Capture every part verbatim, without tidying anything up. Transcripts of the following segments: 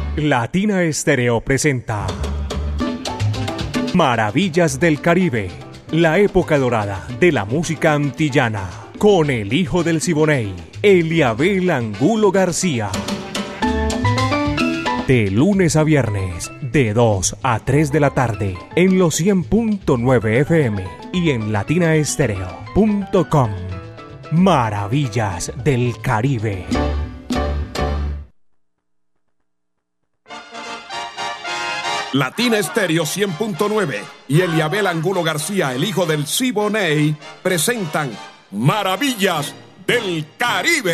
Latina Estéreo presenta Maravillas del Caribe, la época dorada de la música antillana, con el hijo del Siboney, Eliabel Angulo García. De lunes a viernes, de dos a tres de la tarde, en los cien punto nueve F M y en latina estéreo punto com. Maravillas del Caribe. Latina Estéreo cien punto nueve y Eliabel Angulo García, el hijo del Siboney, presentan Maravillas del Caribe.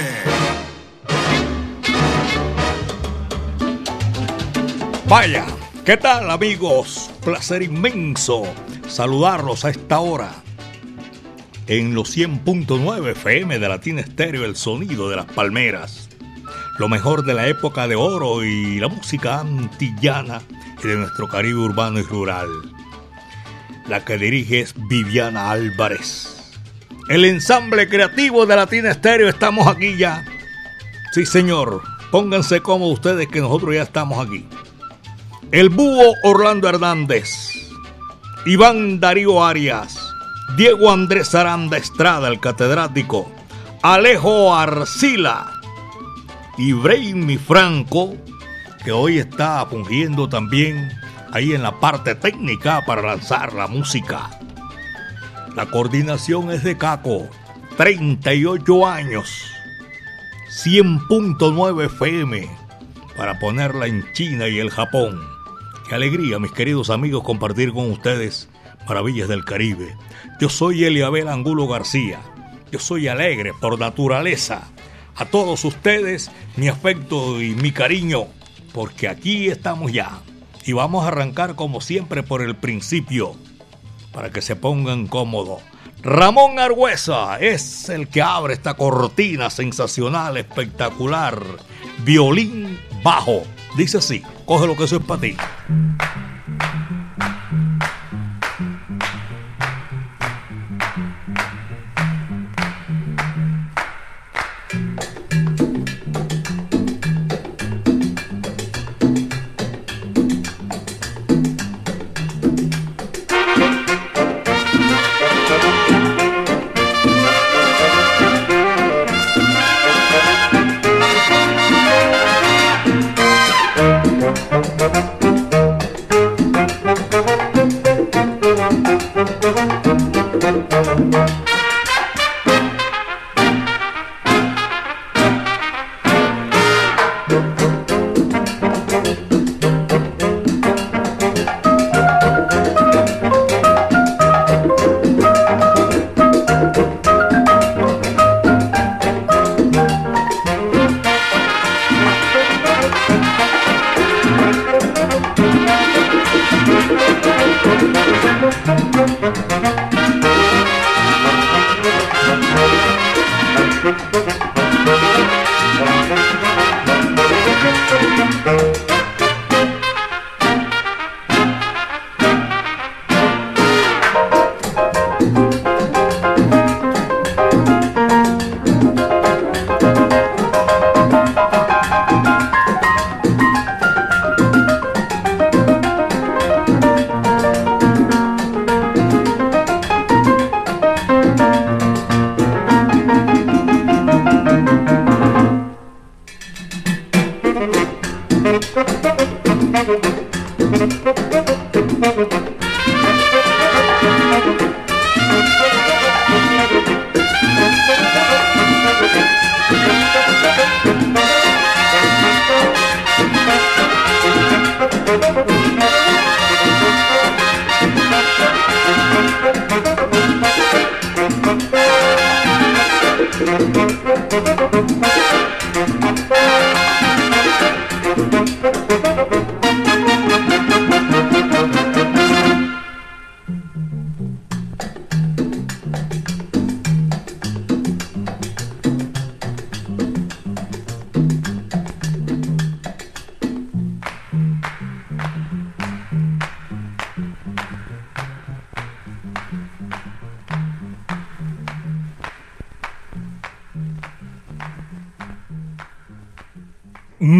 Vaya, ¿qué tal, amigos? Placer inmenso saludarlos a esta hora en los cien punto nueve F M de Latina Estéreo, el sonido de las palmeras, lo mejor de la época de oro y la música antillana y de nuestro Caribe urbano y rural. La que dirige es Viviana Álvarez. El ensamble creativo de Latina Estéreo, estamos aquí ya. Sí, señor, pónganse cómodos ustedes que nosotros ya estamos aquí. El Búho Orlando Hernández, Iván Darío Arias, Diego Andrés Aranda Estrada, el catedrático, Alejo Arcila y Brainy Franco, que hoy está fungiendo también ahí en la parte técnica para lanzar la música. La coordinación es de Caco, treinta y ocho años, cien punto nueve F M, para ponerla en China y el Japón. Qué alegría, mis queridos amigos, compartir con ustedes Maravillas del Caribe. Yo soy Eliabel Angulo García, yo soy alegre por naturaleza. A todos ustedes, mi afecto y mi cariño, porque aquí estamos ya. Y vamos a arrancar como siempre por el principio, para que se pongan cómodos. Ramón Argüeza es el que abre esta cortina sensacional, espectacular. Violín bajo. Dice así, coge lo que eso es para ti.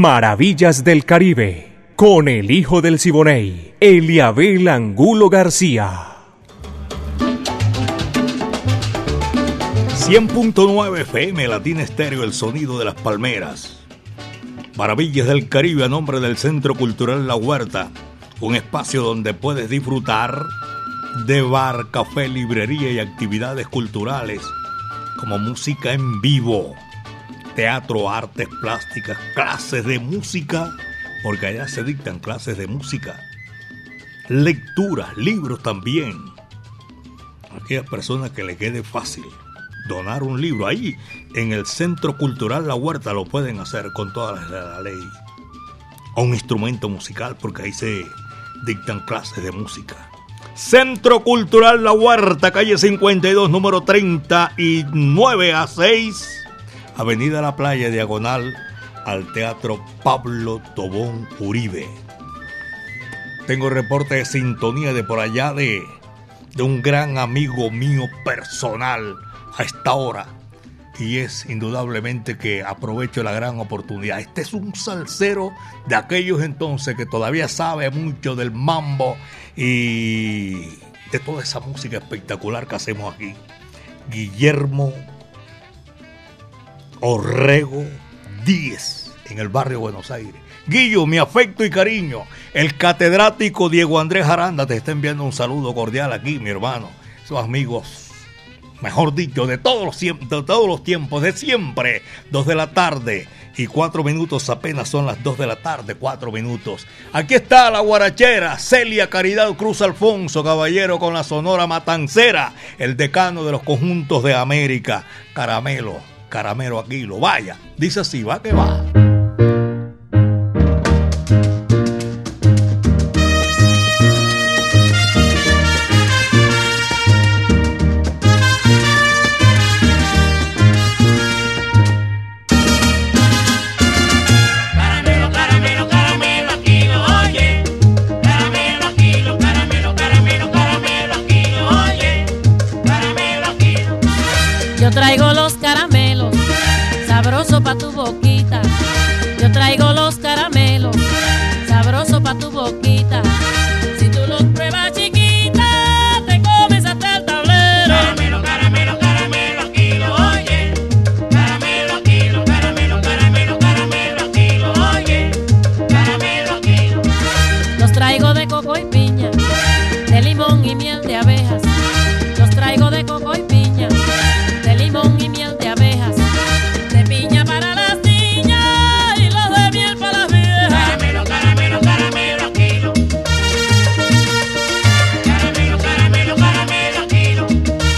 Maravillas del Caribe, con el hijo del Siboney, Eliabel Angulo García. cien punto nueve F M, Latina Estéreo, el sonido de las palmeras. Maravillas del Caribe, a nombre del Centro Cultural La Huerta, un espacio donde puedes disfrutar de bar, café, librería y actividades culturales como música en vivo, teatro, artes plásticas, clases de música, porque allá se dictan clases de música, lecturas, libros también. A aquellas personas que le quede fácil donar un libro, ahí en el Centro Cultural La Huerta lo pueden hacer con todas las de la ley. O un instrumento musical, porque ahí se dictan clases de música. Centro Cultural La Huerta, calle cincuenta y dos, número treinta y nueve a seis, Avenida La Playa, diagonal al Teatro Pablo Tobón Uribe. Tengo reporte de sintonía de por allá de, de un gran amigo mío personal a esta hora, y es indudablemente que aprovecho la gran oportunidad. Este es un salsero de aquellos entonces que todavía sabe mucho del mambo y de toda esa música espectacular que hacemos aquí. Guillermo Orrego Díez, en el barrio Buenos Aires. Guillo, mi afecto y cariño. El catedrático Diego Andrés Aranda te está enviando un saludo cordial aquí, mi hermano. Sus amigos, mejor dicho, de todos los tiempos, de todos los tiempos, de siempre. Dos de la tarde y cuatro minutos, apenas son las dos de la tarde, cuatro minutos. Aquí está la guarachera, Celia Caridad Cruz Alfonso, caballero con la Sonora Matancera, el decano de los conjuntos de América. Caramelo, caramelo Aquilo, vaya, dice así, va que va. Yo traigo los caramelos, sabroso pa' tu boquita. Yo traigo los caramelos, sabroso pa' tu boquita. Si tú los pruebas, chiquita, te comes hasta el tablero. Caramelo, caramelo, caramelo, aquí lo oye. Caramelo, aquí lo, caramelo, caramelo, caramelo, aquí lo oye. Caramelo, aquí lo. Los traigo de coco y piña, de limón y miel de abejas. Los traigo de coco y piña, de limón y miel de abejas, de piña para las niñas y los de miel para las viejas. Caramelo, caramelo, caramelo, kilo. Caramelo, caramelo, caramelo, kilo.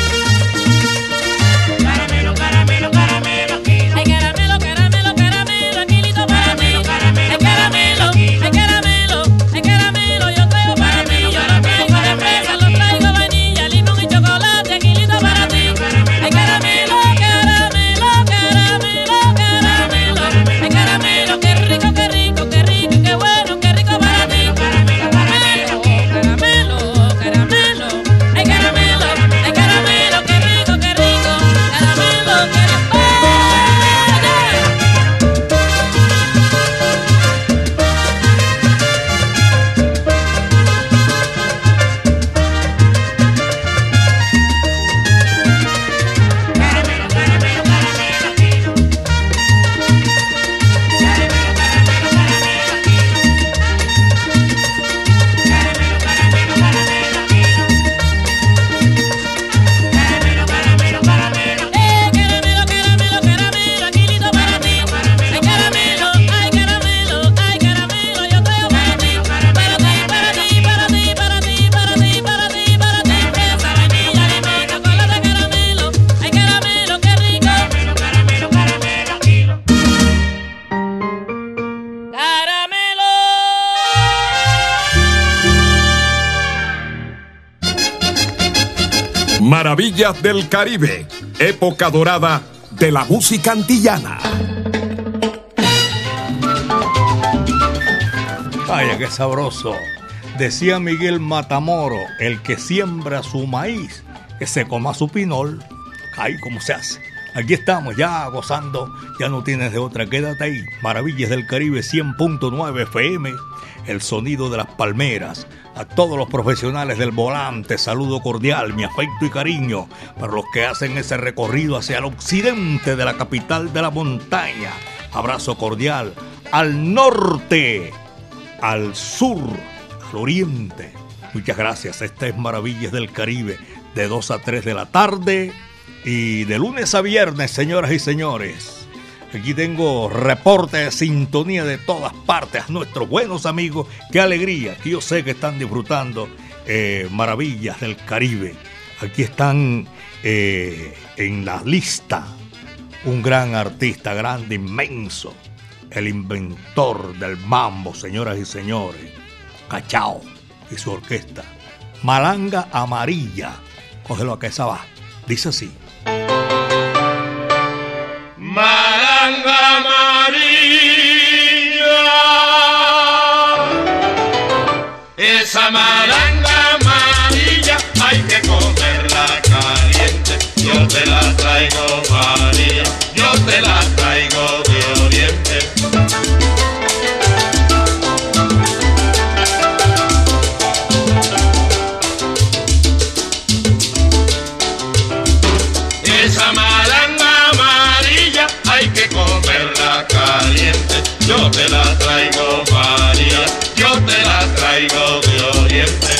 Caramelo, caramelo, caramelo, kilo. Ay, caramelo, caramelo, caramelo, aquilito para ti. Ay, caramelo, ay, caramelo, ay, caramelo, yo traigo para ti. Yo lo traigo de fresa, lo traigo vainilla, limón y chocolate, aquilito para ti. Ay, caramelo, caramelo, caramelo, caramelo. Ay, caramelo, qué rico, qué rico, qué rico y qué bueno, qué rico para ti. Caramelo, caramelo, caramelo. Ay, caramelo, ay, caramelo, qué rico, qué rico. Caramelo, qué rico. Caramelo, caramelo, caramelo, kilo. Caramelo, caramelo, caramelo, kilo. Caramelo, caramelo, caramelo, kilo. Caramelo, caramelo, caramelo. Eh, caramelo, caramelo, caramelo, aquilito para ti. Ay, caramelo, ay, caramelo, ay, caramelo, yo traigo para ti. Para ti, para ti, para ti, para ti, para ti, para ti, para ti. Fresa, vainilla, limón, chocolate, caramelo. Ay, caramelo, qué rico. Caramelo, caramelo, caramelo, kilo. Caramelo. Maravillas del Caribe, época dorada de la música antillana. Vaya, qué sabroso. Decía Miguel Matamoro, el que siembra su maíz, que se coma su pinol. Ay, ¿cómo se hace? Aquí estamos ya gozando, ya no tienes de otra, quédate ahí. Maravillas del Caribe cien punto nueve F M, el sonido de las palmeras. A todos los profesionales del volante, saludo cordial, mi afecto y cariño para los que hacen ese recorrido hacia el occidente de la capital de la montaña. Abrazo cordial al norte, al sur, al oriente. Muchas gracias. Esta es Maravillas del Caribe, de dos a tres de la tarde y de lunes a viernes, señoras y señores. Aquí tengo reporte de sintonía de todas partes a nuestros buenos amigos. Qué alegría, que yo sé que están disfrutando eh, Maravillas del Caribe. Aquí están eh, en la lista un gran artista, grande, inmenso, el inventor del mambo, señoras y señores, Cachao y su orquesta. Malanga Amarilla. Cógelo a que esa va. Dice así. Malanga amarilla, esa malanga amarilla hay que comerla caliente. Yo te la traigo, María, yo te la traigo de Oriente. Esa malanga amarilla hay que comerla caliente. Yo te la traigo, María, yo te la traigo de Oriente.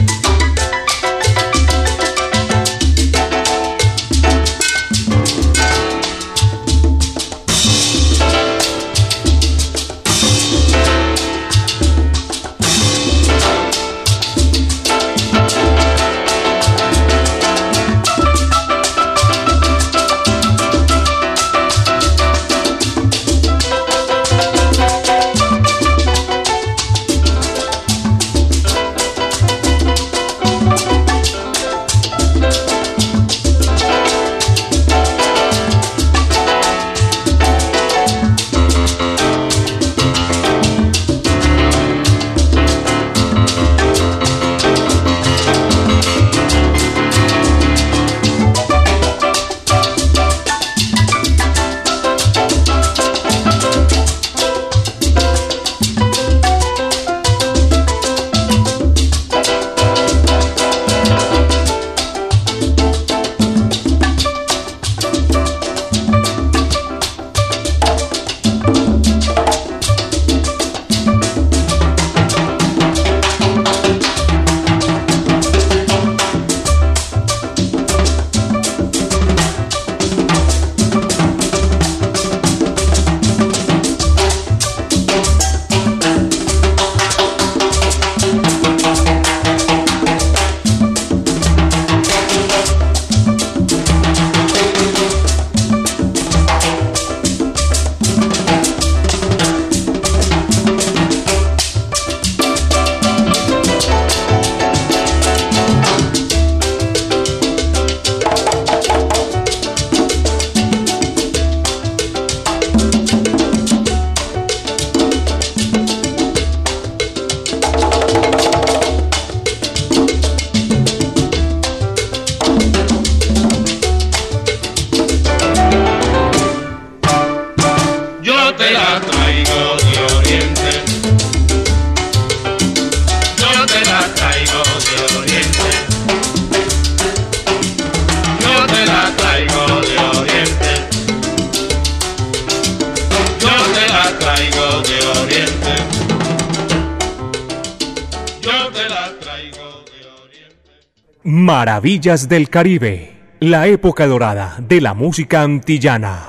Maravillas del Caribe, la época dorada de la música antillana.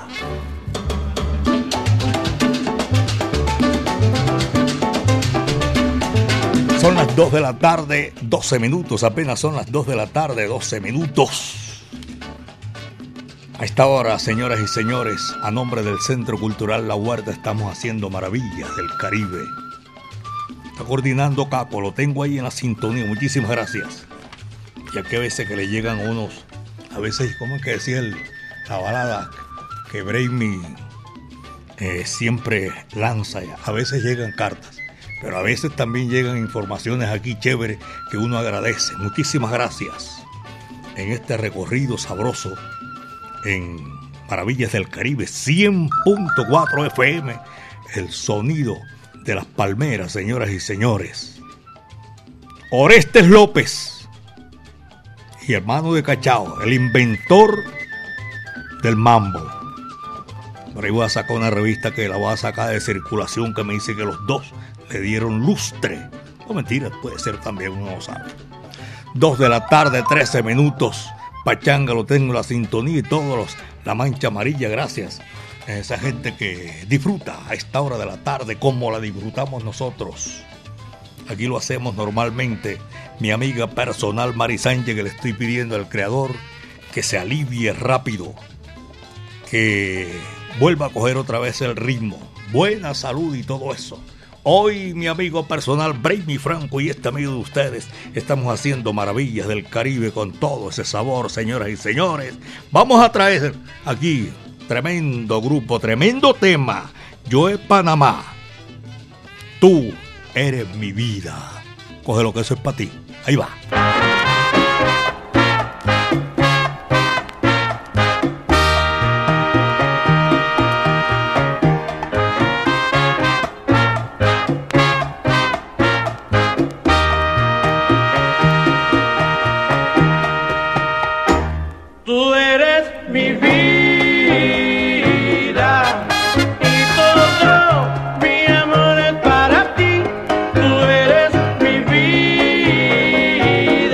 Son las dos de la tarde, doce minutos, apenas son las dos de la tarde, doce minutos. A esta hora, señoras y señores, a nombre del Centro Cultural La Huerta, estamos haciendo Maravillas del Caribe. Está coordinando Caco, lo tengo ahí en la sintonía, muchísimas gracias. Ya que a veces que le llegan unos, a veces, ¿cómo es que decía el, la balada que Brainy eh, siempre lanza? A veces llegan cartas, pero a veces también llegan informaciones aquí chéveres que uno agradece. Muchísimas gracias en este recorrido sabroso en Maravillas del Caribe, cien punto cuatro F M, el sonido de las palmeras, señoras y señores. Orestes López y hermano de Cachao, el inventor del mambo. Por ahí voy a sacar una revista que la voy a sacar de circulación, que me dice que los dos le dieron lustre. No, mentira, puede ser también, uno no sabe. Dos de la tarde, trece minutos. Pachanga lo tengo en la sintonía y todos los, la mancha amarilla, gracias a esa gente que disfruta a esta hora de la tarde como la disfrutamos nosotros. Aquí lo hacemos normalmente. Mi amiga personal Mari Sánchez, que le estoy pidiendo al creador que se alivie rápido, que vuelva a coger otra vez el ritmo, buena salud y todo eso. Hoy mi amigo personal Brainy Franco y este amigo de ustedes estamos haciendo Maravillas del Caribe con todo ese sabor, señoras y señores. Vamos a traer aquí tremendo grupo, tremendo tema. Yo es Panamá, tú eres mi vida. Coge lo que eso es para ti. Ahí va. Vida.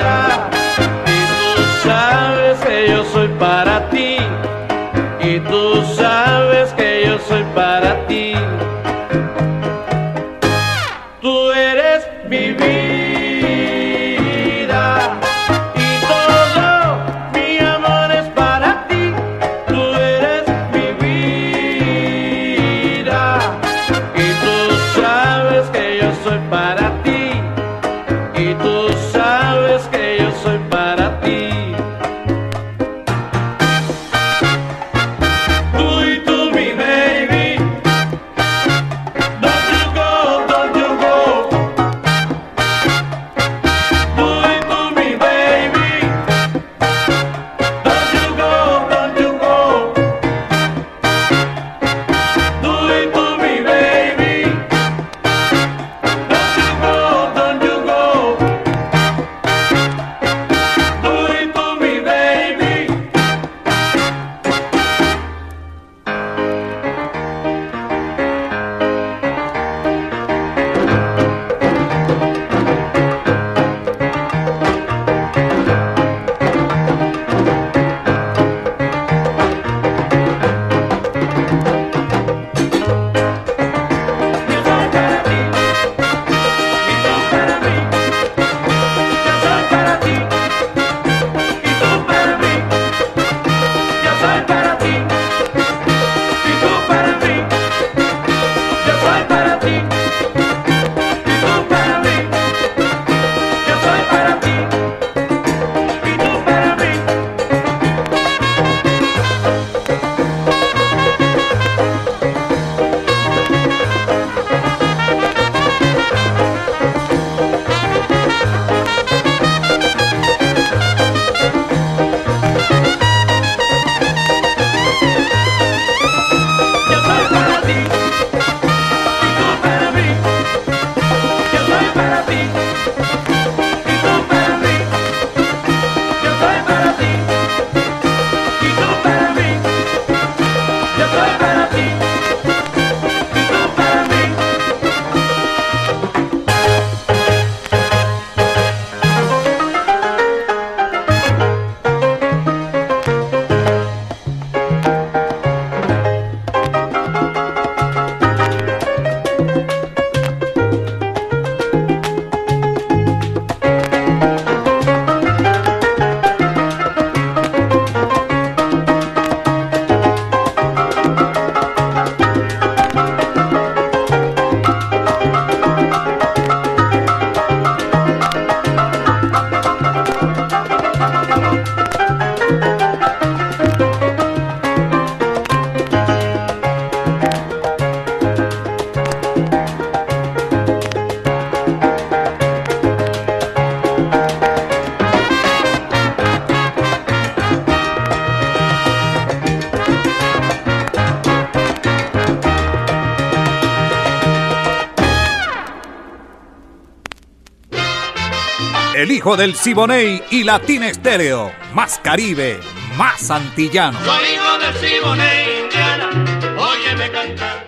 el hijo del Siboney y Latina Estéreo. Más Caribe, más antillano. Soy hijo del Siboney, Indiana, óyeme cantar.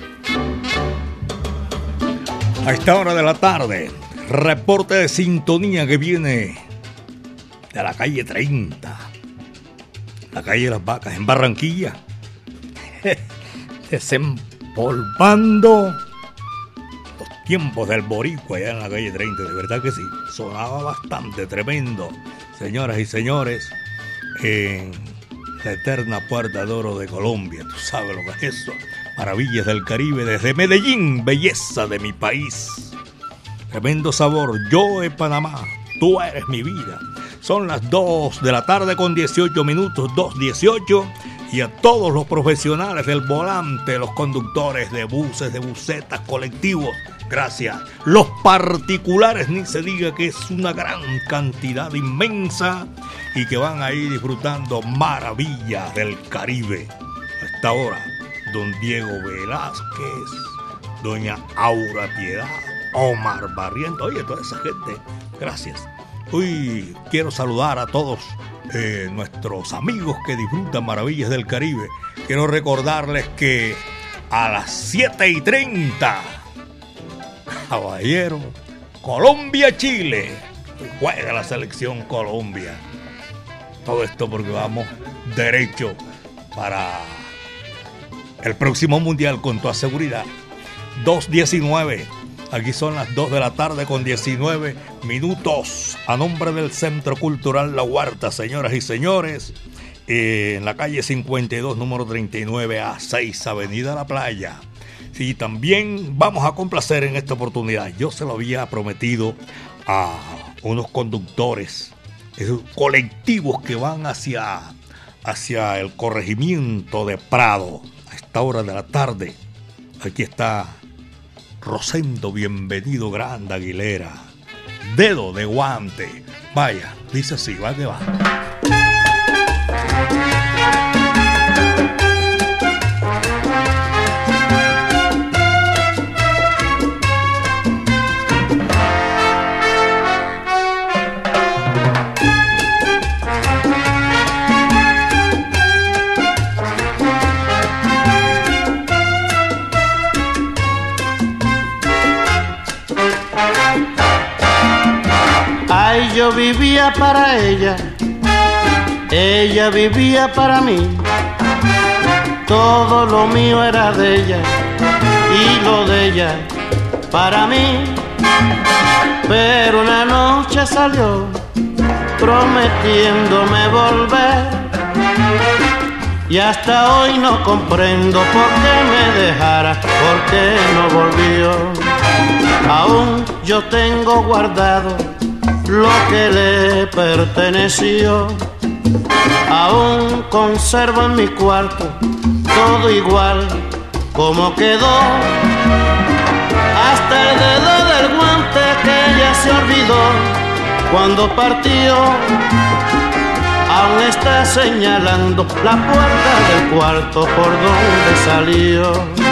A esta hora de la tarde, reporte de sintonía que viene de la calle treinta, la calle de las Vacas, en Barranquilla. Desempolvando los tiempos del boricua allá en la calle treinta, de verdad que sí, sonaba bastante tremendo, señoras y señores, en la eterna Puerta de Oro de Colombia. Tú sabes lo que es eso, maravillas del Caribe desde Medellín, belleza de mi país, tremendo sabor, yo en Panamá, tú eres mi vida. Son las dos de la tarde con dieciocho minutos, dos dieciocho. Y a todos los profesionales del volante, los conductores de buses, de busetas, colectivos, gracias. Los particulares, ni se diga que es una gran cantidad inmensa y que van ahí disfrutando maravillas del Caribe. A esta hora, don Diego Velázquez, doña Aura Piedad, Omar Barrientos, oye, toda esa gente, gracias. Hoy quiero saludar a todos Eh, nuestros amigos que disfrutan maravillas del Caribe. Quiero recordarles que a las siete y treinta, caballero, Colombia-Chile, juega la selección Colombia. Todo esto porque vamos derecho para el próximo mundial con toda seguridad. dos diecinueve. Aquí son las dos de la tarde con diecinueve minutos. A nombre del Centro Cultural La Huerta, señoras y señores, eh, en la calle cincuenta y dos, número treinta y nueve A seis, Avenida La Playa. Sí, también vamos a complacer en esta oportunidad. Yo se lo había prometido a unos conductores, esos colectivos que van hacia, hacia el corregimiento de Prado a esta hora de la tarde. Aquí está Rosendo Bienvenido Grande Aguilera, Dedo de Guante. Vaya, dice así, va que va. Yo vivía para ella, ella vivía para mí. Todo lo mío era de ella y lo de ella para mí. Pero una noche salió prometiéndome volver y hasta hoy no comprendo por qué me dejara, por qué no volvió. Aún yo tengo guardado lo que le perteneció, aún conservo en mi cuarto todo igual como quedó, hasta el dedo del guante que ella se olvidó cuando partió, aún está señalando la puerta del cuarto por donde salió.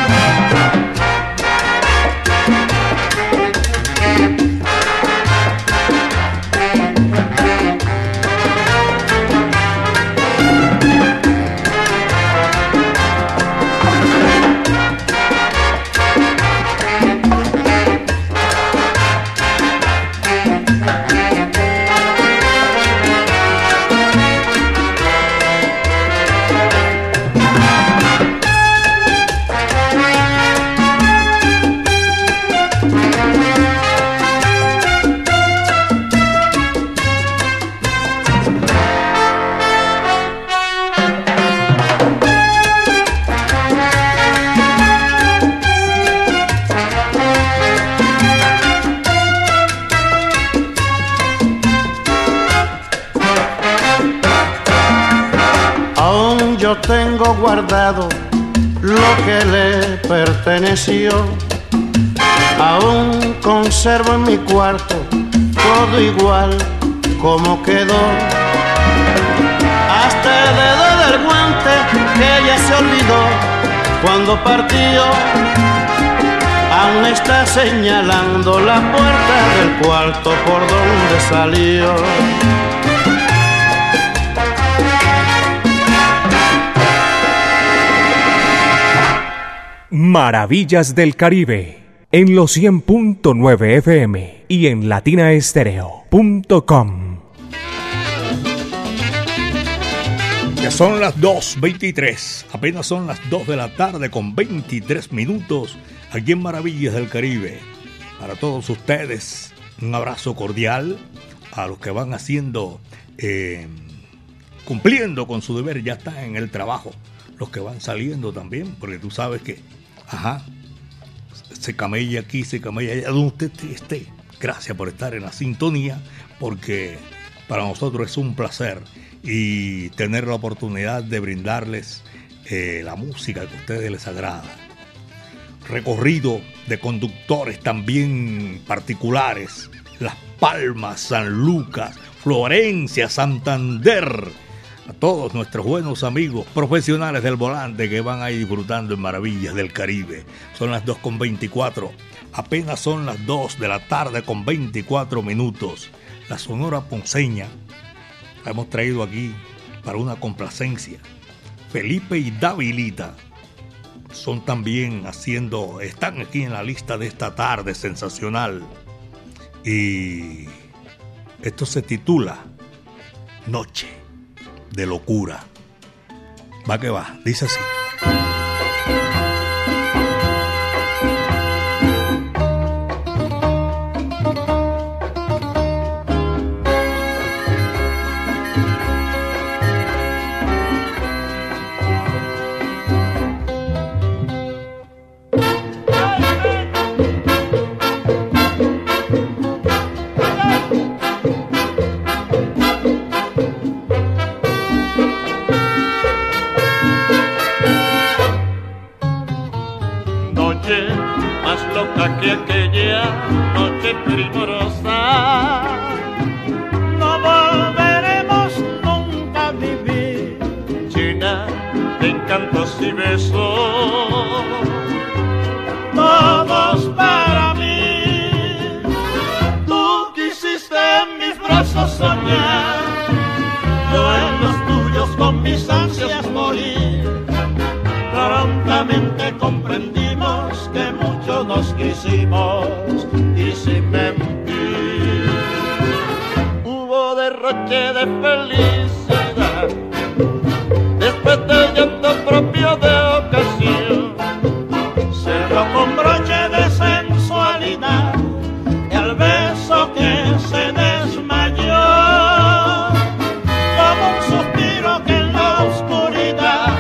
Tengo guardado lo que le perteneció, aún conservo en mi cuarto todo igual como quedó, hasta el dedo del guante que ella se olvidó cuando partió, aún está señalando la puerta del cuarto por donde salió. Maravillas del Caribe, en los cien punto nueve F M y en latina estéreo punto com. Ya son las dos veintitrés, apenas son las dos de la tarde con veintitrés minutos aquí en Maravillas del Caribe. Para todos ustedes, un abrazo cordial a los que van haciendo, eh, cumpliendo con su deber, ya están en el trabajo. Los que van saliendo también, porque tú sabes que, ajá, se camella aquí, se camella allá, donde usted esté. Gracias por estar en la sintonía, porque para nosotros es un placer y tener la oportunidad de brindarles eh, la música que a ustedes les agrada. Recorrido de conductores también particulares, Las Palmas, San Lucas, Florencia, Santander. A todos nuestros buenos amigos profesionales del volante que van ahí disfrutando en Maravillas del Caribe. Son las dos con veinticuatro. Apenas son las dos de la tarde con veinticuatro minutos. La Sonora Ponceña la hemos traído aquí para una complacencia. Felipe y Davilita son también haciendo, están aquí en la lista de esta tarde sensacional. Y esto se titula Noche de Locura. Va que va, dice así. Que aquella noche primorosa no volveremos nunca a vivir, llena de encantos y besos, todos para mí. Tú quisiste en mis brazos soñar, yo en los tuyos con mis ansias morir. Prontamente comprendimos que mucho nos quisimos y sin mentir hubo derroche de felicidad después del llanto propio de ocasión. Cerró con broche de sensualidad y al beso que se desmayó como un suspiro que en la oscuridad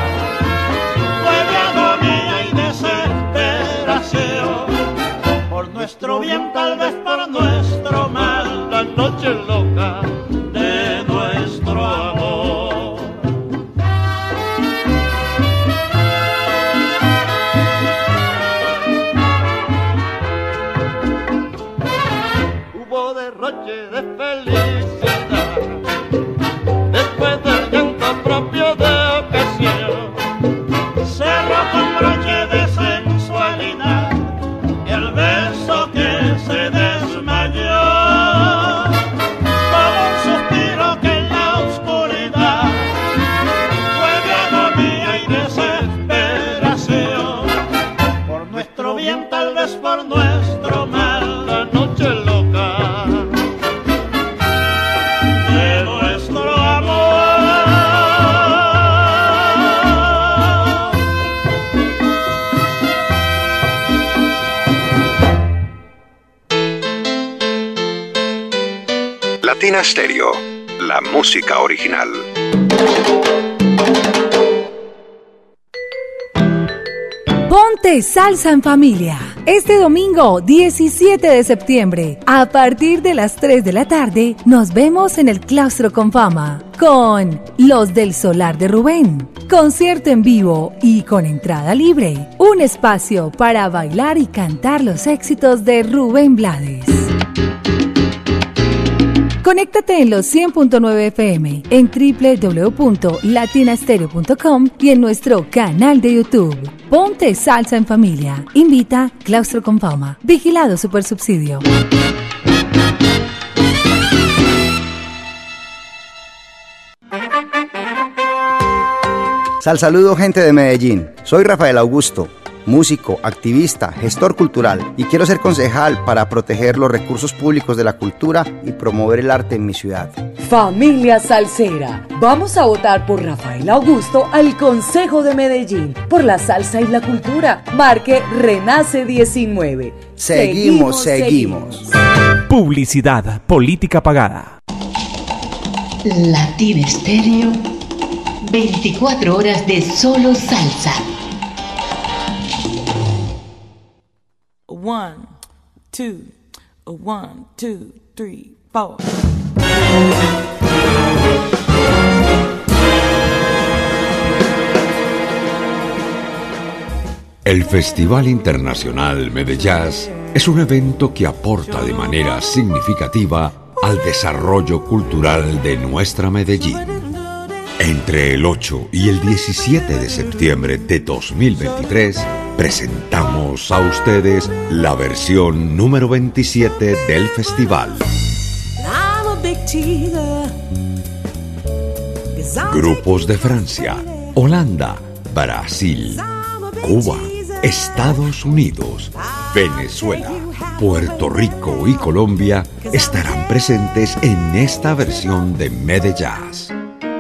por nuestro bien, tal vez por nuestro mal, la noche loca de nuestro amor. Hubo derroche de felicidad después del llanto propio de ocasión. Cerró con broche de sensualidad y el beso que se desmayó como un suspiro que en la oscuridad fue de agonía y desesperación. Por nuestro bien, tal vez por nuestro mal, la noche loca de nuestro amor. Latina Stereo, la música original. Ponte salsa en familia. Este domingo diecisiete de septiembre, a partir de las tres de la tarde, nos vemos en el Claustro con Fama con Los del Solar de Rubén. Concierto en vivo y con entrada libre. Un espacio para bailar y cantar los éxitos de Rubén Blades. Conéctate en los cien punto nueve F M, en doble u doble u doble u punto latina stereo punto com y en nuestro canal de YouTube. Ponte salsa en familia. Invita Claustro con Fama. Vigilado Supersubsidio. Sal saludo, gente de Medellín. Soy Rafael Augusto, músico, activista, gestor cultural y quiero ser concejal para proteger los recursos públicos de la cultura y promover el arte en mi ciudad. Familia salsera, vamos a votar por Rafael Augusto al Consejo de Medellín, por la salsa y la cultura. Marque Renace diecinueve. Seguimos, seguimos. seguimos. Publicidad, política pagada. Latina Estéreo, veinticuatro horas de solo salsa. One, two, one, two, three, four. El Festival Internacional Medellín es un evento que aporta de manera significativa al desarrollo cultural de nuestra Medellín. Entre el ocho y el diecisiete de septiembre de dos mil veintitrés, presentamos a ustedes la versión número veintisiete del festival. Grupos de Francia, Holanda, Brasil, Cuba, Estados Unidos, Venezuela, Puerto Rico y Colombia estarán presentes en esta versión de Medellín.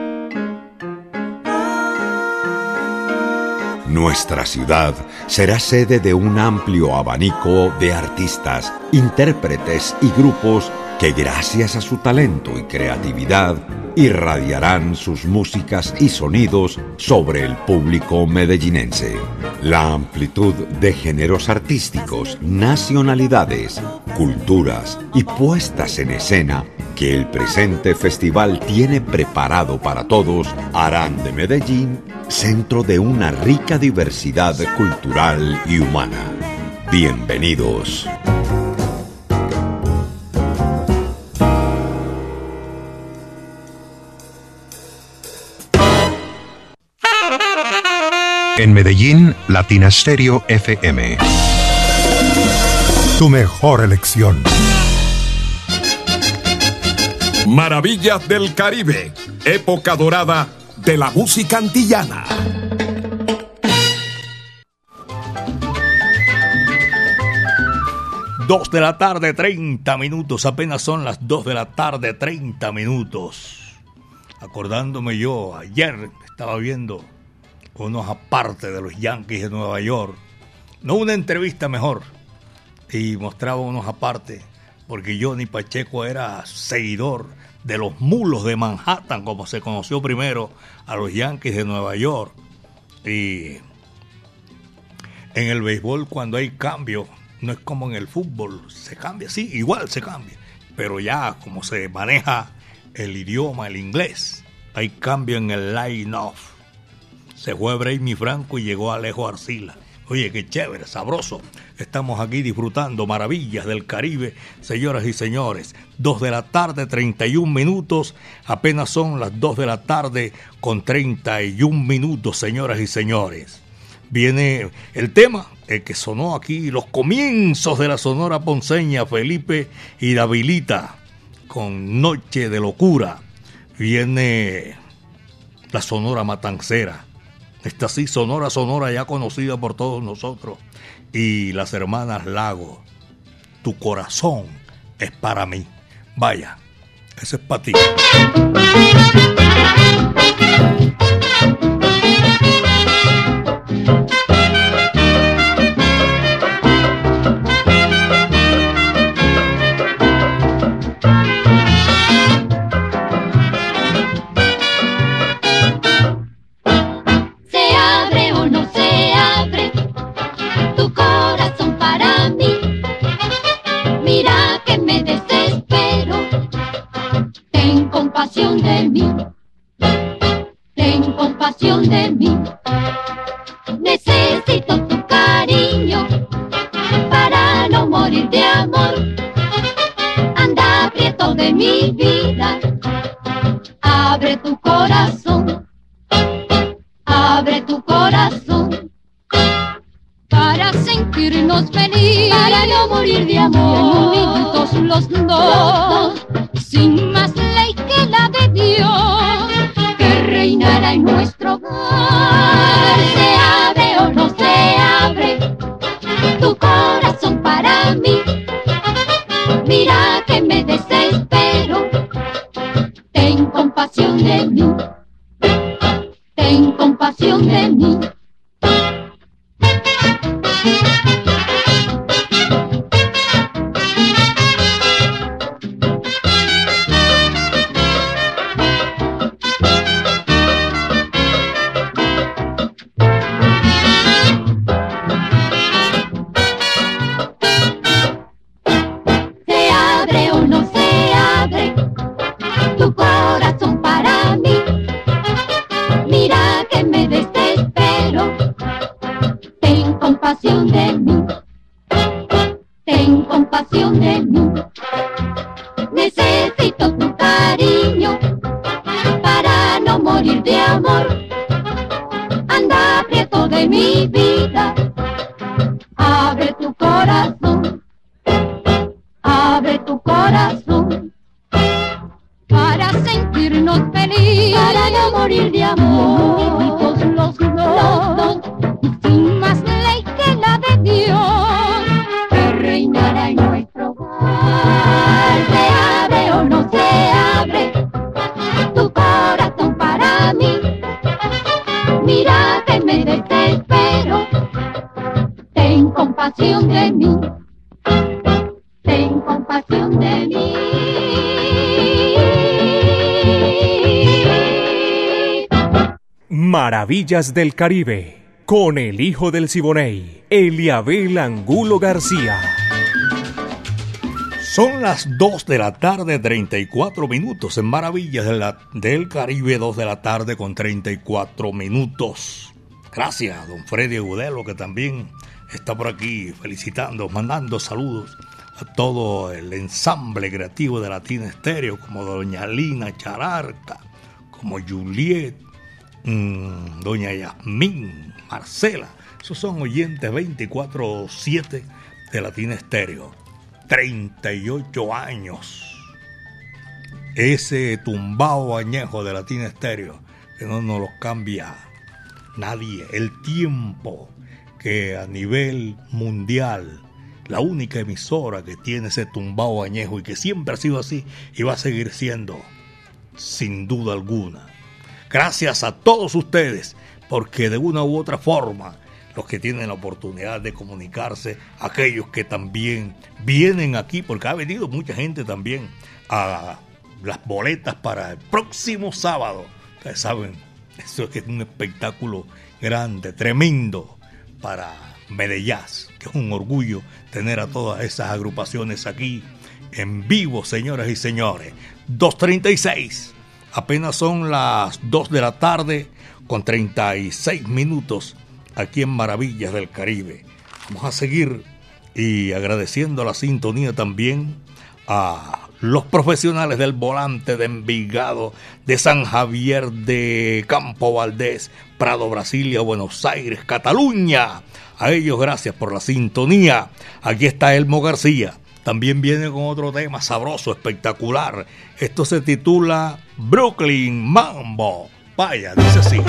Nuestra ciudad será sede de un amplio abanico de artistas, intérpretes y grupos que gracias a su talento y creatividad irradiarán sus músicas y sonidos sobre el público medellinense. La amplitud de géneros artísticos, nacionalidades, culturas y puestas en escena que el presente festival tiene preparado para todos harán de Medellín centro de una rica diversidad cultural y humana. Bienvenidos. En Medellín, Latina Estéreo F M. Tu mejor elección. Maravillas del Caribe, época dorada de la música antillana. Dos de la tarde, treinta minutos. Apenas son las dos de la tarde, treinta minutos. Acordándome yo, ayer estaba viendo unos aparte de los Yankees de Nueva York. No, una entrevista mejor. Y mostraba unos aparte, porque Johnny Pacheco era seguidor de los Mulos de Manhattan, como se conoció primero a los Yankees de Nueva York. Y en el béisbol, cuando hay cambio, no es como en el fútbol, se cambia, sí, igual se cambia, pero ya como se maneja el idioma, el inglés, hay cambio en el line-off. Se fue Brainy Franco y llegó Alejo Arcila. Oye, qué chévere, sabroso. Estamos aquí disfrutando maravillas del Caribe, señoras y señores. Dos de la tarde, treinta y un minutos. Apenas son las dos de la tarde con treinta y un minutos, señoras y señores. Viene el tema, el que sonó aquí, los comienzos de la Sonora Ponceña, Felipe y Davilita, con Noche de Locura. Viene la Sonora Matancera. Esta sí, Sonora, Sonora, ya conocida por todos nosotros. Y las hermanas Lago, Tu corazón es para mí. Vaya, ese es para ti. compasión de mí, ten compasión de mí. Necesito tu cariño para no morir de amor. Anda aprieto de mi vida, abre tu corazón, abre tu corazón. sentirnos felices, para no morir de amor, bien unidos los dos, sin más ley que la de Dios, que reinará en nuestro hogar. Se abre o no se abre tu corazón para mí, mira que me desespero, ten compasión de mí, ten compasión de mí. Maravillas del Caribe, con el hijo del Siboney, Eliabel Angulo García. Son las dos de la tarde, treinta y cuatro minutos en Maravillas de la, del Caribe, dos de la tarde con treinta y cuatro minutos. Gracias, don Freddy Agudelo, que también está por aquí felicitando, mandando saludos a todo el ensamble creativo de Latina Estéreo, como doña Lina Chararca, como Juliet, mmm, doña Yasmín, Marcela. Esos son oyentes veinticuatro siete de Latina Estéreo. treinta y ocho años. Ese tumbao añejo de Latina Estéreo, que no nos lo cambia nadie. El tiempo que a nivel mundial, la única emisora que tiene ese tumbao añejo y que siempre ha sido así y va a seguir siendo, sin duda alguna. Gracias a todos ustedes, porque de una u otra forma, los que tienen la oportunidad de comunicarse, aquellos que también vienen aquí, porque ha venido mucha gente también a las boletas para el próximo sábado. Ustedes saben, eso es un espectáculo grande, tremendo para Medellín, que es un orgullo tener a todas esas agrupaciones aquí en vivo, señoras y señores. dos treinta y seis, apenas son las dos de la tarde con treinta y seis minutos aquí en Maravillas del Caribe. Vamos a seguir y agradeciendo la sintonía también a los profesionales del volante de Envigado, de San Javier, de Campo Valdés, Prado, Brasilia, Buenos Aires, Cataluña. A ellos gracias por la sintonía. Aquí está Elmo García. También viene con otro tema sabroso, espectacular. Esto se titula Brooklyn Mambo. Vaya, dice así.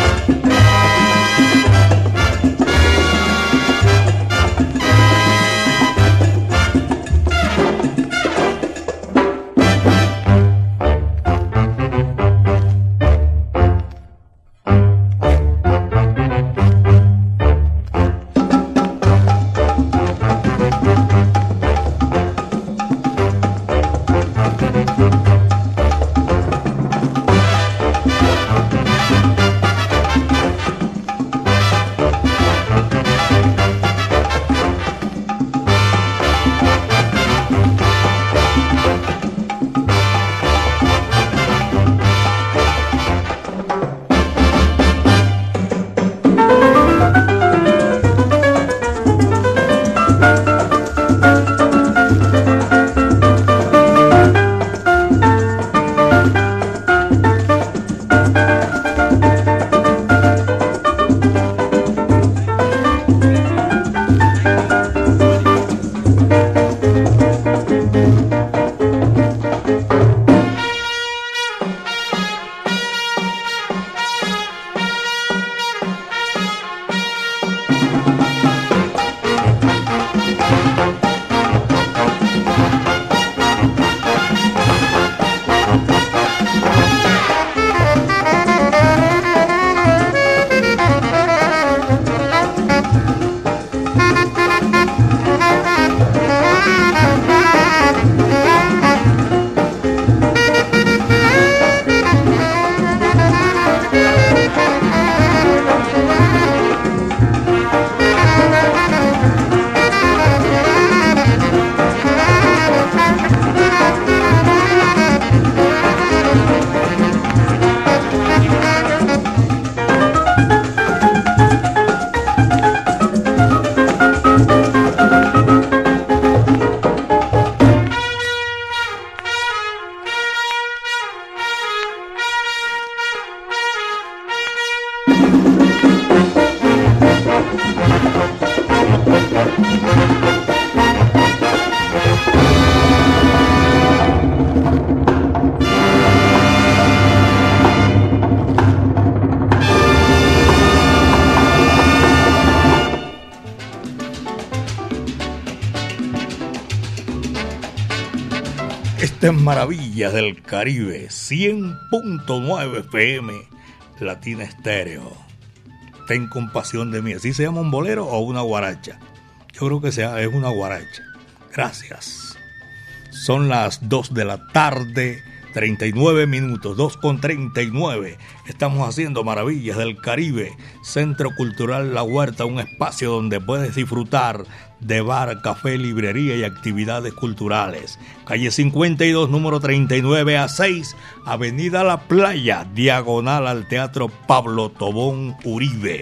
Estas Maravillas del Caribe, cien punto nueve F M, Latina Estéreo. Ten compasión de mí. ¿Así se llama un bolero o una guaracha? Yo creo que sea, es una guaracha. Gracias. Son las dos de la tarde, treinta y nueve minutos, dos con treinta y nueve. Estamos haciendo Maravillas del Caribe, Centro Cultural La Huerta, un espacio donde puedes disfrutar de bar, café, librería y actividades culturales. Calle cincuenta y dos, número treinta y nueve a seis, Avenida La Playa, diagonal al Teatro Pablo Tobón Uribe.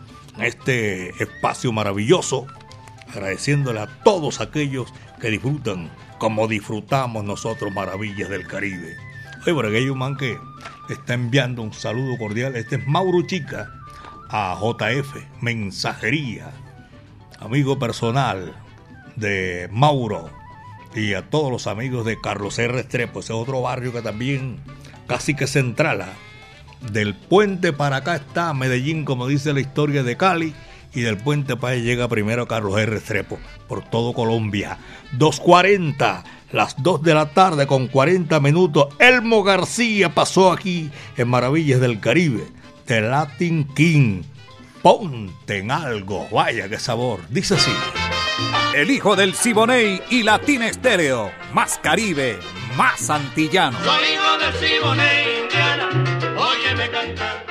Este espacio maravilloso, agradeciéndole a todos aquellos que disfrutan como disfrutamos nosotros Maravillas del Caribe. Oye, por aquí hay un man que está enviando un saludo cordial. Este es Mauro Chica, a J F Mensajería, amigo personal de Mauro, y a todos los amigos de Carlos R. Restrepo. Ese es otro barrio que también casi que central. Del puente para acá está Medellín, como dice la historia de Cali, y del puente para allá llega primero Carlos R. Restrepo, por todo Colombia. dos cuarenta, las dos de la tarde con cuarenta minutos. Elmo García pasó aquí en Maravillas del Caribe, The Latin King. Ponte en algo, vaya qué sabor. Dice así: el hijo del Siboney y Latina Estéreo, más Caribe, más antillano. Soy hijo del Siboney, Indiana, óyeme cantar.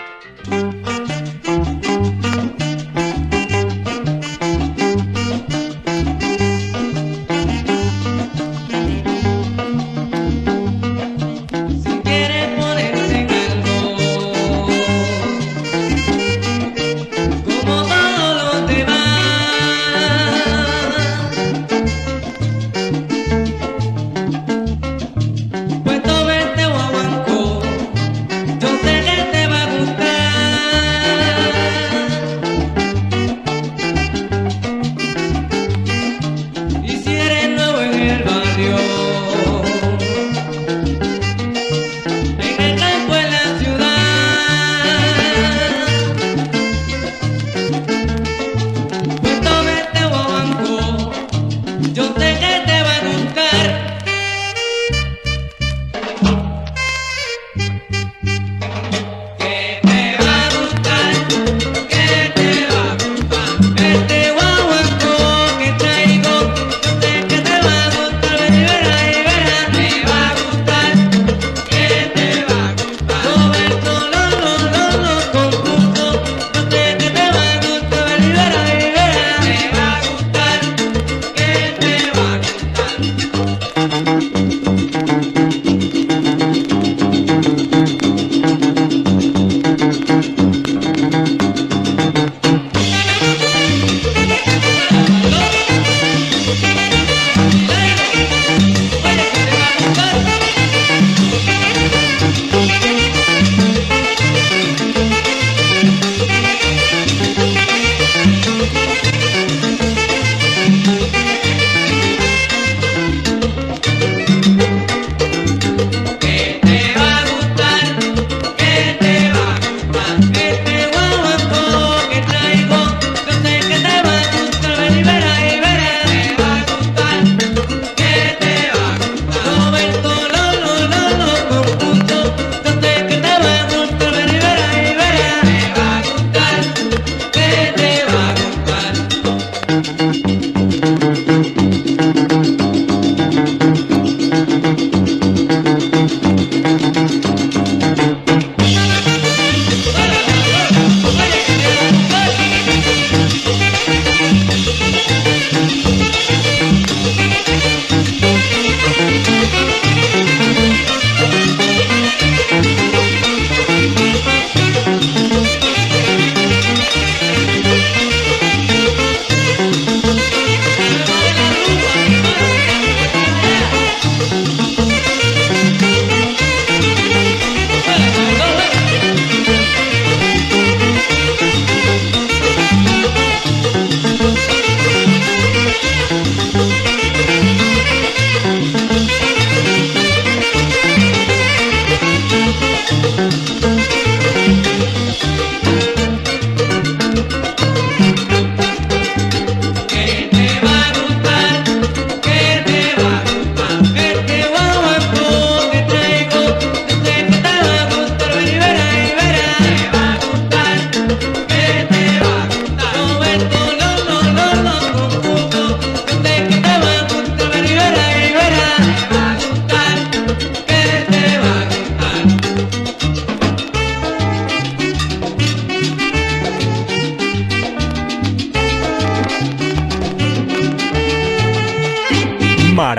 Puesto verte guaguancó, yo sé que te va a gustar.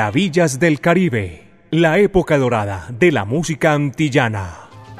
Maravillas del Caribe, la época dorada de la música antillana.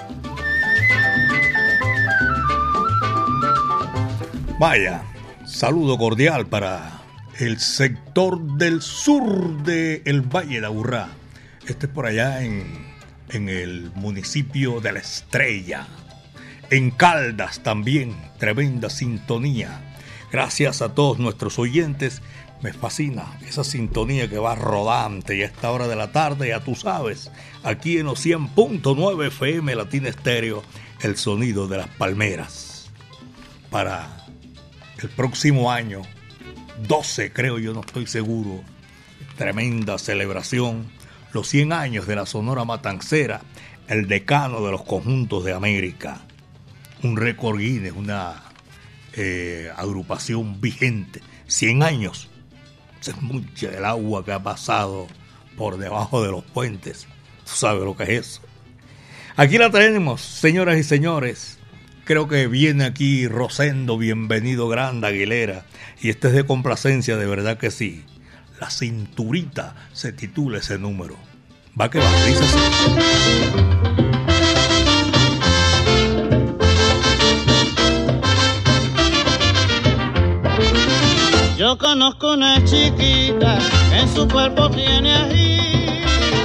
Vaya, saludo cordial para el sector del sur del Valle de Aburrá. Este es por allá en, en el municipio de La Estrella. En Caldas también, tremenda sintonía. Gracias a todos nuestros oyentes. Me fascina esa sintonía que va rodante y a esta hora de la tarde, ya tú sabes, aquí en los cien punto nueve F M Latina Estéreo, el sonido de las palmeras. Para el próximo año, doce creo yo, no estoy seguro, tremenda celebración, los cien años de la Sonora Matancera, el decano de los conjuntos de América. Un récord Guinness, una eh, agrupación vigente, cien años. Es mucha el agua que ha pasado por debajo de los puentes. Tú sabes lo que es eso. Aquí la tenemos, señoras y señores. Creo que viene aquí Rosendo, bienvenido Grande Aguilera. Y este es de complacencia, de verdad que sí. La Cinturita se titula ese número. Va que va, dice así. Yo conozco una chiquita que en su cuerpo tiene ají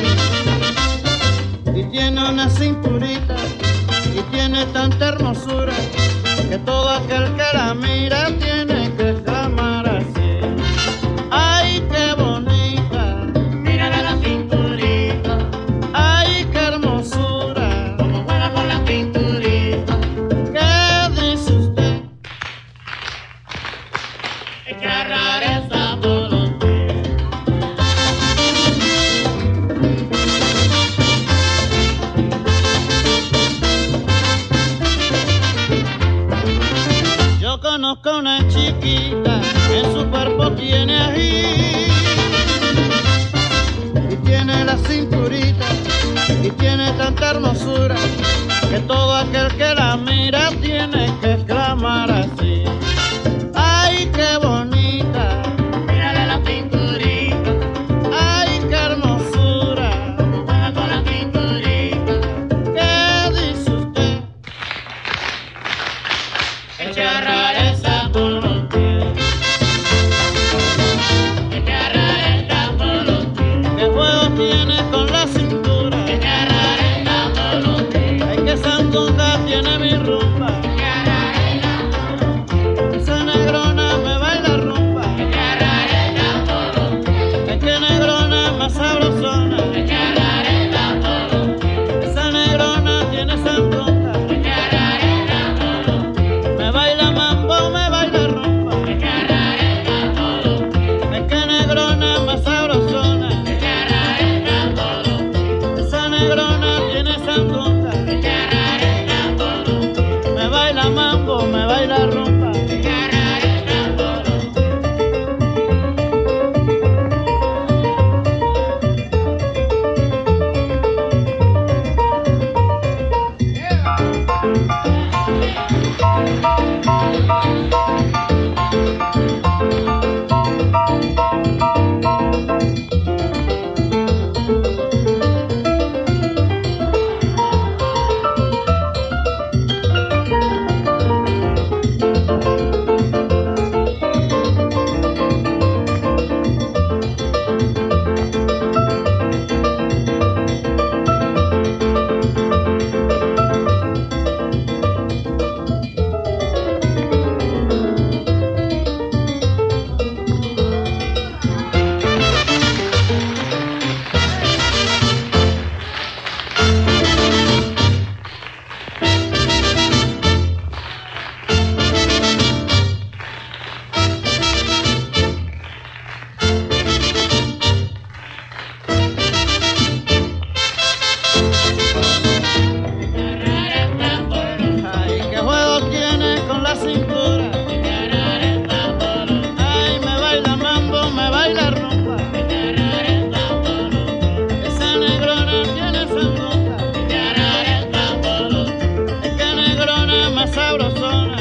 y tiene una cinturita y tiene tanta hermosura que todo aquel que la mira tiene que exclamar así: ¡ay, qué bonita! Mírale la cinturita. ¡Ay, qué hermosura! Como juega con la cinturita. ¿Qué dice usted? Echar rareza todos los días. Yo conozco una chiquita que en su cuerpo tiene ají y tiene la cinturita y tiene tanta hermosura que todo aquel que la mira tiene que exclamar así: ¡ay, qué bonita! Mírale la cinturita. ¡Ay, qué hermosura! Como juega con la cinturita. ¿Qué dice usted? Echa rareza por los pies. Echa rareza por los pies. ¿Qué juego tiene con la cintura? Echa rareza por los pies. Ay, que sandunga tiene mi rumba. Echa rareza por los pies. Esa negrona me baila rumba. Echa rareza por los pies. Es que negrona más sabrosona. Echa rareza por los pies. Esa negrona tiene sandunga. Echa rareza por los pies. Me baila mambo, me baila rumba. Echa rareza por los pies. Es que negrona más sabrosona. Echa rareza por los pies. Esa negrona tiene sandunga. Echa rareza por los pies. Me baila mambo, me baila rumba. Echa rareza por los pies. Ay, qué juego tiene con la cintura. Ay, me baila mambo, me baila rumba. Esa negrona tiene sandunga. Es que negrona más sabrosona.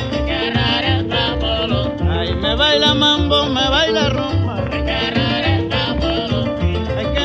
Ay, me baila mambo, me baila rumba. Es que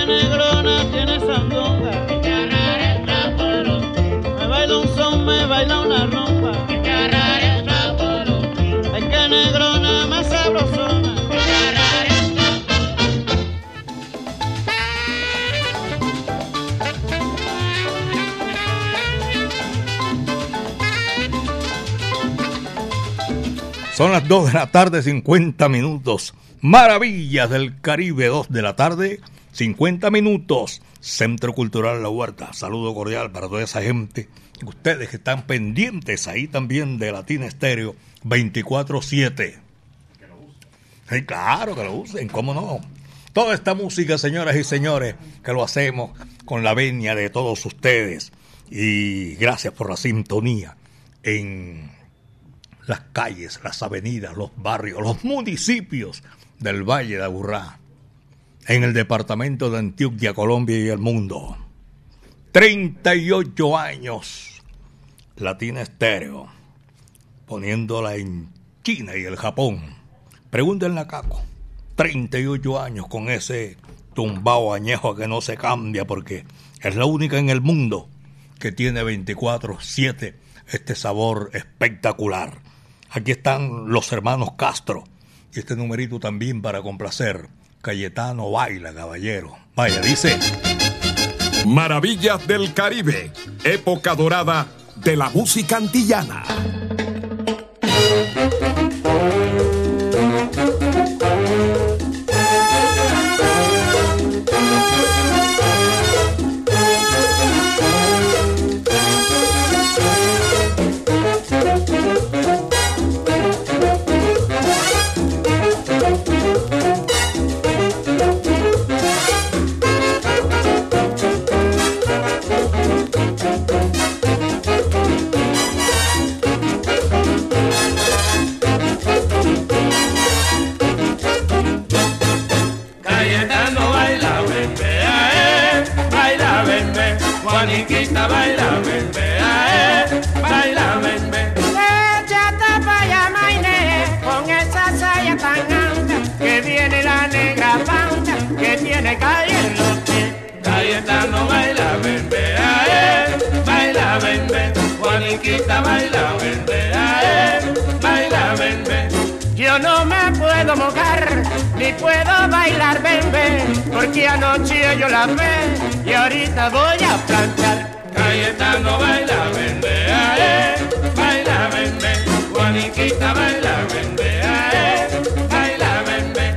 Son las dos de la tarde, cincuenta minutos. Maravillas del Caribe, dos de la tarde, cincuenta minutos. Centro Cultural La Huerta. Saludo cordial para toda esa gente. Ustedes que están pendientes ahí también de Latina Estéreo veinticuatro siete. Sí, claro que lo usen, cómo no. Toda esta música, señoras y señores, que lo hacemos con la venia de todos ustedes. Y gracias por la sintonía en las calles, las avenidas, los barrios, los municipios del Valle de Aburrá, en el departamento de Antioquia, Colombia y el mundo. treinta y ocho años, Latina Estéreo, poniéndola en China y el Japón. Pregúntenle a Caco, treinta y ocho años con ese tumbao añejo que no se cambia porque es la única en el mundo que tiene veinticuatro siete este sabor espectacular. Aquí están los hermanos Castro y este numerito también para complacer. Cayetano baila, caballero. Vaya, dice. Maravillas del Caribe, época dorada de la música antillana. Juaniquita baila, bembe, ae, baila, bembe. Échate pa' allá, mainé, con esa saya tan ancha, que viene la negra pancha, que tiene calle en los pies. Cayetano baila, bembe, ae, baila, bembe. Juaniquita baila, bembe, ae, baila, bembe. Yo no me puedo mojar, ni puedo bailar bembe, porque anoche yo la ve y ahorita voy a planchar. Cayetano baila, bembe, ae, baila, bembe. Juaniquita baila, bembe, ae, baila, bembe.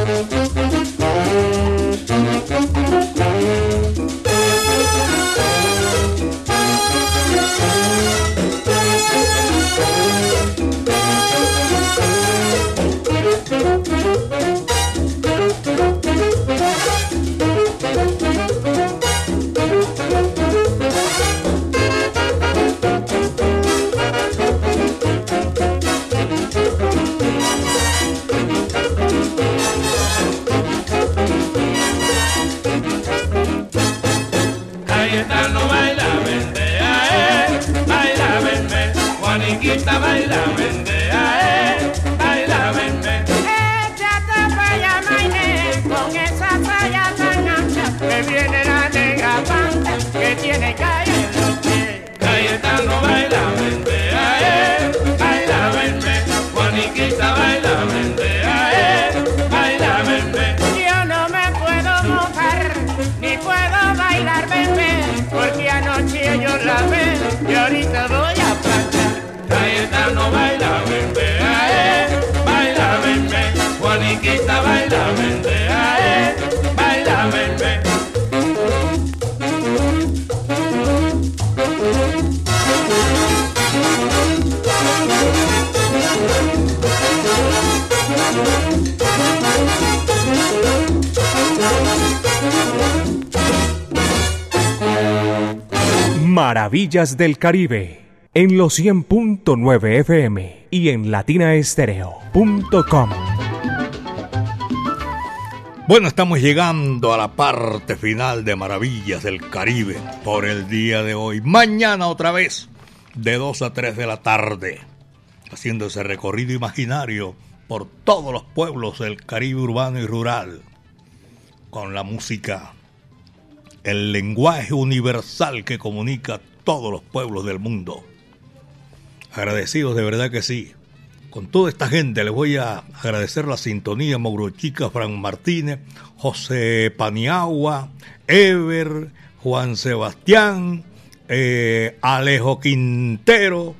Cayetano baila, bembe, ae, baila, bembe. Juaniquita baila, bembe, ae, baila, bembe. Échate pa' allá, mainé, con esa saya tan ancha, que viene la negra pancha, que tiene calle en los pies. Cayetano baila, bembe, ae, baila, bembe. Juaniquita baila, bembe, ae, baila, bembe. Yo no me puedo mojar, ni puedo bailar bembe, porque anoche yo la ve y ahorita voy a planchar. Cayetano baila, bembe, ae, baila, bembe. Juaniquita baila, bembe, ae, baila, bembe. Maravillas del Caribe, en los cien punto nueve F M y en latina estéreo punto com. Bueno, estamos llegando a la parte final de Maravillas del Caribe por el día de hoy. Mañana otra vez, de dos a tres de la tarde, haciendo ese recorrido imaginario por todos los pueblos del Caribe urbano y rural, con la música, el lenguaje universal que comunica a todos los pueblos del mundo. Agradecidos, de verdad que sí. Con toda esta gente les voy a agradecer la sintonía. Mauro Chica, Fran Martínez, José Paniagua, Ever, Juan Sebastián, eh, Alejo Quintero,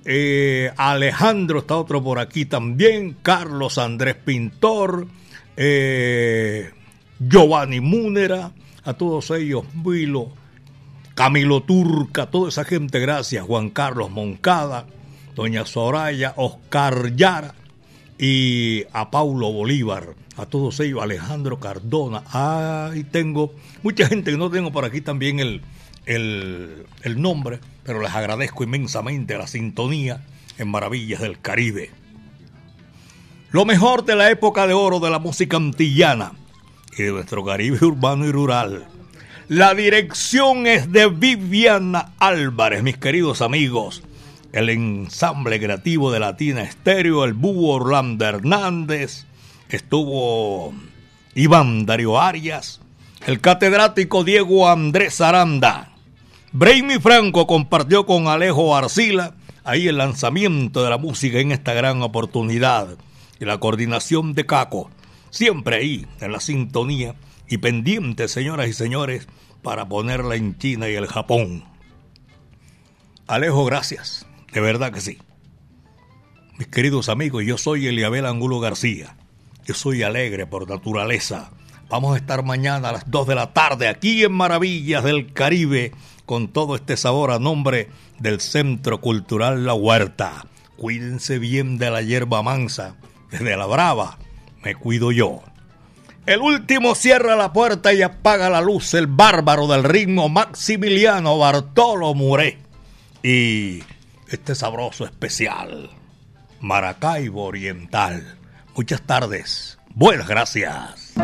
Eh, Alejandro está otro por aquí también. Carlos Andrés Pintor. Eh, Giovanni Múnera. A todos ellos, Vilo, Camilo Turca, toda esa gente, gracias. Juan Carlos Moncada, doña Soraya, Oscar Yara y a Paulo Bolívar. A todos ellos, Alejandro Cardona. Ahí tengo mucha gente que no tengo por aquí también el, el, el nombre, pero les agradezco inmensamente la sintonía en Maravillas del Caribe. Lo mejor de la época de oro de la música antillana y de nuestro Caribe urbano y rural. La dirección es de Viviana Álvarez, mis queridos amigos. El ensamble creativo de Latina Estéreo, el Búho Orlando Hernández, estuvo Iván Darío Arias, el catedrático Diego Andrés Aranda. Brainy Franco compartió con Alejo Arcila ahí el lanzamiento de la música en esta gran oportunidad. Y la coordinación de Caco, siempre ahí en la sintonía y pendiente, señoras y señores, para ponerla en China y el Japón. Alejo, gracias, de verdad que sí. Mis queridos amigos, yo soy Eliabel Angulo García. Yo soy alegre por naturaleza. Vamos a estar mañana a las dos de la tarde aquí en Maravillas del Caribe con todo este sabor a nombre del Centro Cultural La Huerta. Cuídense bien de la hierba mansa. Desde la brava me cuido yo. El último cierra la puerta y apaga la luz, el bárbaro del ritmo Maximiliano Bartolo Muré. Y este sabroso especial, Maracaibo Oriental. Muchas tardes, buenas gracias.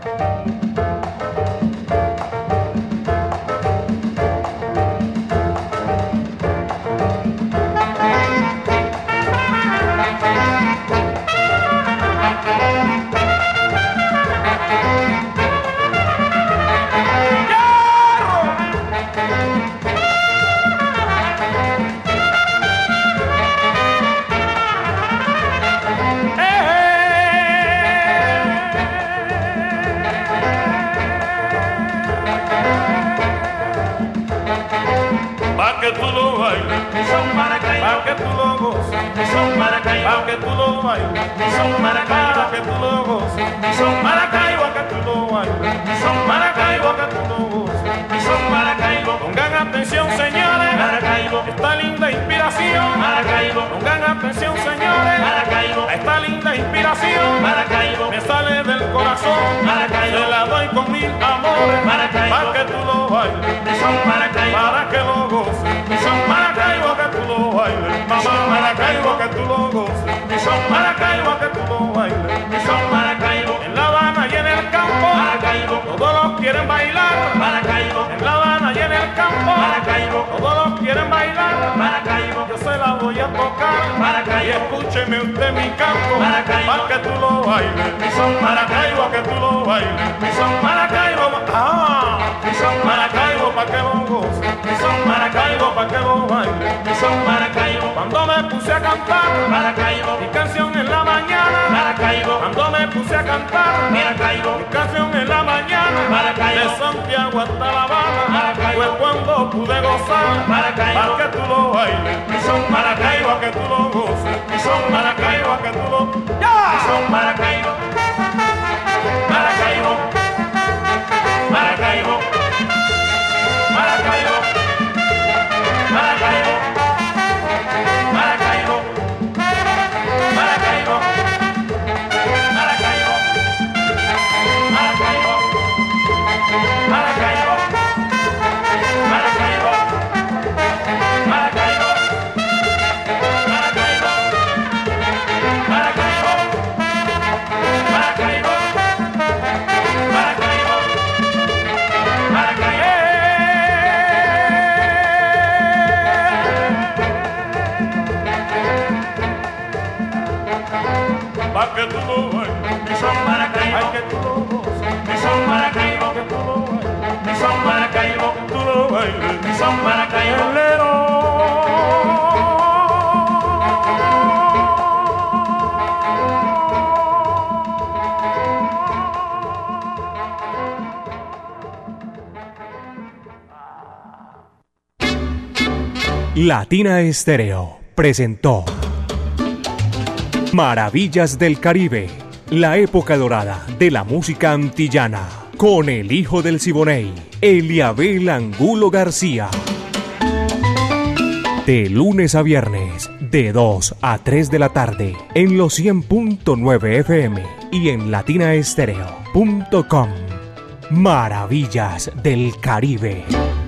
que tú lo bailes, son Maracaibo, pa' que tú lo goces, son Maracaibo, pa' que tú lo bailes, son Maracaibo, pa' que tú lo goces, son Maracaibo, que tú lo bailes, son Maracaibo, que tú lo goces, son Maracaibo. Pongan atención, señores, Maracaibo, esta linda inspiración, Maracaibo. Pongan atención, señores, Maracaibo, esta linda inspiración, Maracaibo. Me sale del corazón, Maracaibo, se la doy con mil amores, Maracaibo, pa' que tú lo bailes, son Maracaibo, para que lo goces. Son Maracaibo, que tú lo bailes, mamá Maracaibo, que tú lo goces. Son Maracaibo, que tú lo bailes, son Maracaibo. En La Habana y en el campo, Maracaibo, todos los quieren bailar, Maracaibo. En La Habana y en el campo, Maracaibo, todos los quieren bailar, Maracaibo. Yo se la voy a tocar, Maracaibo, y escúcheme usted mi canto, Maracaibo, para que tú lo bailes. Son Maracaibo, que tú lo bailes, son Maracaibo, ah, son Maracaibo, para que lo goces. Son Maracaibo, pa' que lo baile, son Maracaibo. Cuando me puse a cantar, Maracaibo, mi canción en la mañana, Maracaibo. Cuando me puse a cantar, Maracaibo, mi canción en la mañana, Maracaibo. De Santiago hasta La Habana, Maracaibo, fue cuando pude gozar, Maracaibo, pa' que tú lo bailes, son Maracaibo, que tú lo goces, son Maracaibo, que tú lo, ¡ya! Son Maracaibo, Maracaibo, Maracaibo, Maracaibo. Maracaibo, Maracaibo, Maracaibo, Maracaibo, Maracaibo, Maracaibo, Maracaibo, Maracaibo, Maracaibo, Maracaibo, Maracaibo, Maracaibo, Maracaibo. Pa' que tú lo bailes, son Maracaibo, ay que tú lo goces, son Maracaibo, que tú lo bailes, son Maracaibo, que tú lo bailes, son Maracaibo. Latina Estéreo presentó Maravillas del Caribe, la época dorada de la música antillana, con el hijo del Siboney, Eliabel Angulo García. De lunes a viernes, de dos a tres de la tarde, en los cien punto nueve F M y en latina estéreo punto com. Maravillas del Caribe.